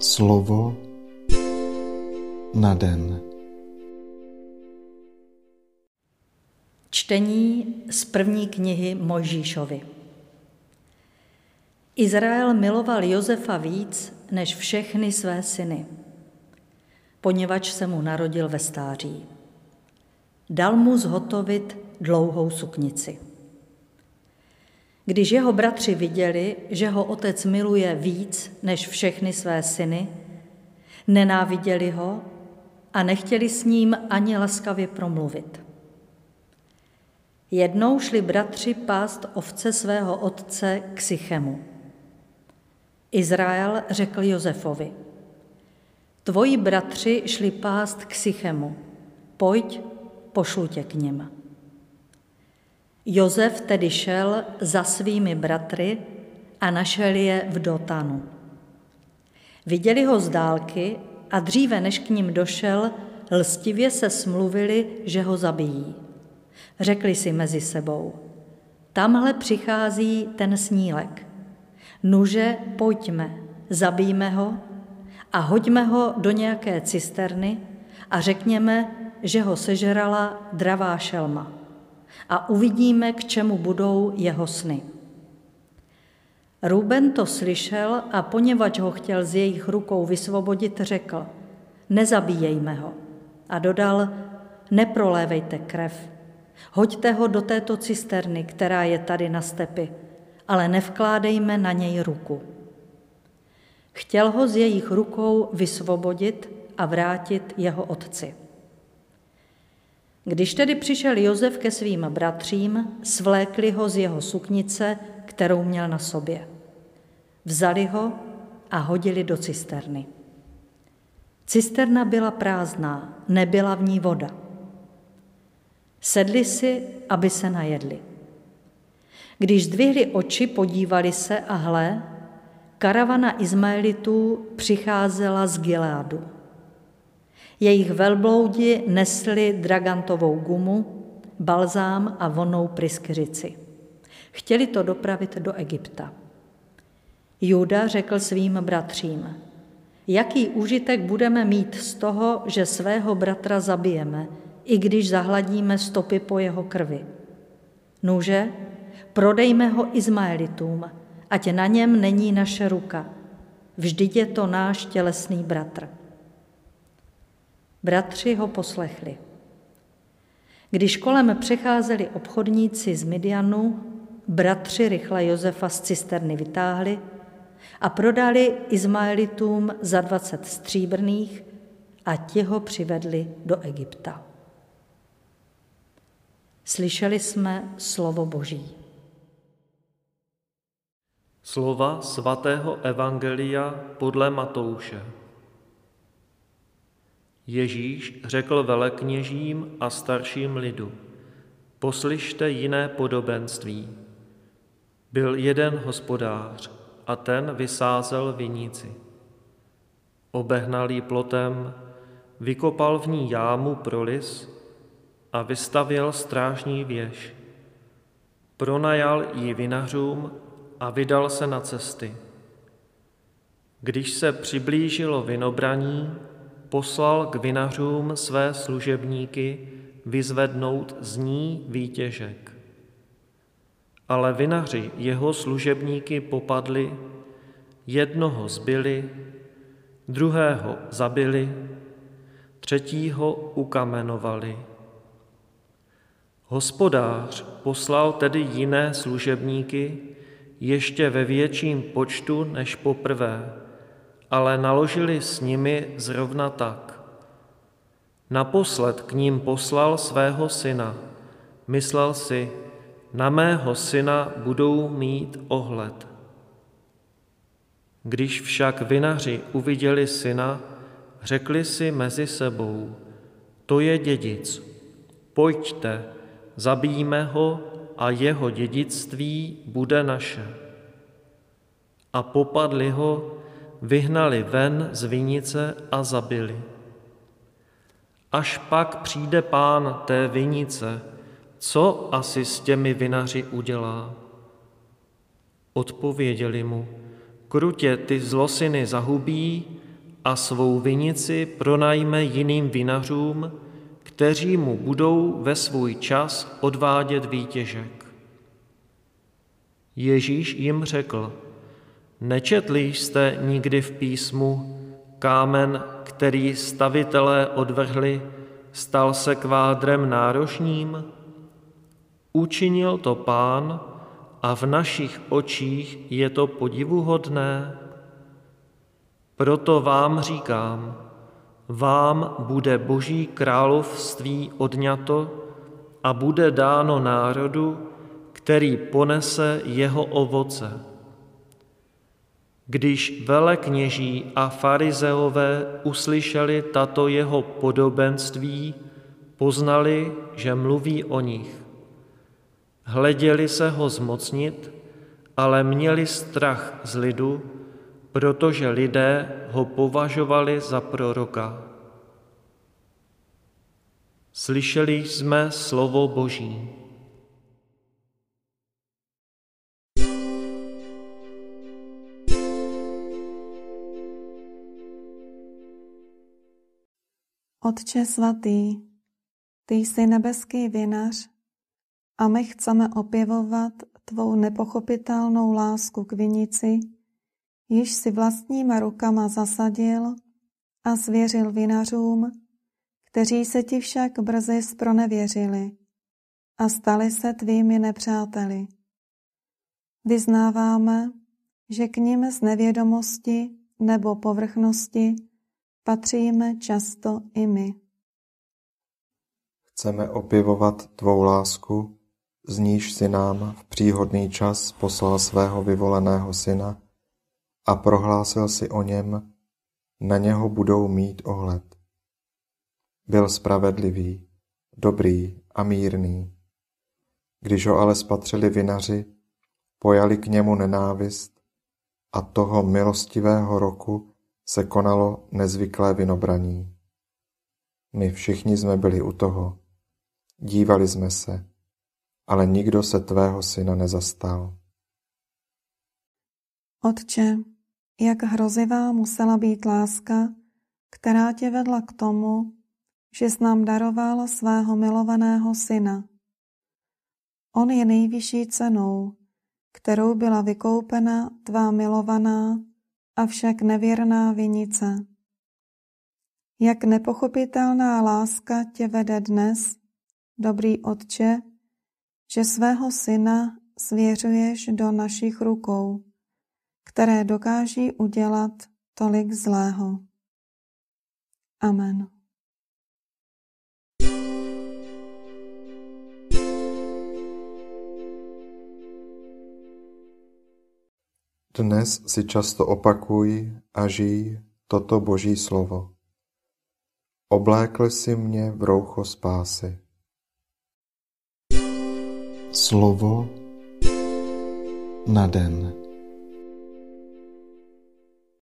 Slovo na den. Čtení z první knihy Mojžíšovy. Izrael miloval Josefa víc než všechny své syny, poněvadž se mu narodil ve stáří. Dal mu zhotovit dlouhou suknici. Když jeho bratři viděli, že ho otec miluje víc než všechny své syny, nenáviděli ho a nechtěli s ním ani laskavě promluvit. Jednou šli bratři pást ovce svého otce k Sychemu. Izrael řekl Josefovi: Tvoji bratři šli pást k Sychemu, pojď, pošlu tě k nim. Josef tedy šel za svými bratry a našel je v Dotanu. Viděli ho z dálky a dříve než k ním došel, lstivě se smluvili, že ho zabijí. Řekli si mezi sebou: Tamhle přichází ten snílek. Nuže, pojďme, zabijme ho a hoďme ho do nějaké cisterny a řekněme, že ho sežrala dravá šelma. A uvidíme, k čemu budou jeho sny. Rúben to slyšel a poněvadž ho chtěl z jejich rukou vysvobodit, řekl: Nezabíjejme ho. A dodal: Neprolévejte krev. Hoďte ho do této cisterny, která je tady na stepi, ale nevkládejme na něj ruku. Chtěl ho z jejich rukou vysvobodit a vrátit jeho otci. Když tedy přišel Josef ke svým bratřím, svlékli ho z jeho suknice, kterou měl na sobě. Vzali ho a hodili do cisterny. Cisterna byla prázdná, nebyla v ní voda. Sedli si, aby se najedli. Když zdvihli oči, podívali se a hle, karavana Izmaelitů přicházela z Gileadu. Jejich velbloudi nesli dragantovou gumu, balzám a vonnou pryskyřici. Chtěli to dopravit do Egypta. Juda řekl svým bratřím: Jaký užitek budeme mít z toho, že svého bratra zabijeme, i když zahladíme stopy po jeho krvi? Nuže, prodejme ho Izmaelitům, ať na něm není naše ruka. Vždyť je to náš tělesný bratr. Bratři ho poslechli. Když kolem přecházeli obchodníci z Midianu, bratři rychle Josefa z cisterny vytáhli a prodali Izmaelitům za 20 stříbrných a ti ho přivedli do Egypta. Slyšeli jsme slovo Boží. Slova svatého evangelia podle Matouše. Ježíš řekl velekněžím a starším lidu: Poslyšte jiné podobenství. Byl jeden hospodář a ten vysázel vinici. Obehnal ji plotem, vykopal v ní jámu pro lis a vystavěl strážní věž. Pronajal ji vinařům a vydal se na cesty. Když se přiblížilo vinobraní, poslal k vinařům své služebníky vyzvednout z ní výtěžek. Ale vinaři jeho služebníky popadli, jednoho zbili, druhého zabili, třetího ukamenovali. Hospodář poslal tedy jiné služebníky, ještě ve větším počtu než poprvé, ale naložili s nimi zrovna tak. Naposled k ním poslal svého syna. Myslel si: Na mého syna budou mít ohled. Když však vinaři uviděli syna, řekli si mezi sebou: To je dědic. Pojďte, zabijme ho a jeho dědictví bude naše. A popadli ho, vyhnali ven z vinice a zabili. Až pak přijde pán té vinice, co asi s těmi vinaři udělá? Odpověděli mu: Krutě ty zlosyny zahubí a svou vinici pronajme jiným vinařům, kteří mu budou ve svůj čas odvádět výtěžek. Ježíš jim řekl: Nečetli jste nikdy v písmu: kámen, který stavitelé odvrhli, stal se kvádrem nárožním? Učinil to Pán a v našich očích je to podivuhodné. Proto vám říkám, vám bude Boží království odňato a bude dáno národu, který ponese jeho ovoce. Když velekněží a farizeové uslyšeli tato jeho podobenství, poznali, že mluví o nich. Hleděli se ho zmocnit, ale měli strach z lidu, protože lidé ho považovali za proroka. Slyšeli jsme slovo Boží. Otče svatý, ty jsi nebeský vinař a my chceme opěvovat tvou nepochopitelnou lásku k vinici, již si vlastníma rukama zasadil a svěřil vinařům, kteří se ti však brzy zpronevěřili a stali se tvými nepřáteli. Vyznáváme, že k nim z nevědomosti nebo povrchnosti patříme často i my. Chceme opěvovat tvou lásku, z níž si nám v příhodný čas poslal svého vyvoleného syna a prohlásil si o něm: na něho budou mít ohled. Byl spravedlivý, dobrý a mírný. Když ho ale spatřili vinaři, pojali k němu nenávist a toho milostivého roku se konalo nezvyklé vinobraní. My všichni jsme byli u toho, dívali jsme se, ale nikdo se tvého syna nezastal. Otče, jak hrozivá musela být láska, která tě vedla k tomu, že jsi nám daroval svého milovaného syna. On je nejvyšší cenou, kterou byla vykoupena tvá milovaná, avšak nevěrná vinice. Jak nepochopitelná láska tě vede dnes, dobrý Otče, že svého syna svěřuješ do našich rukou, které dokáží udělat tolik zlého. Amen. Dnes si často opakuj a žij toto Boží slovo. Oblékl si mě v roucho spásy. Slovo na den.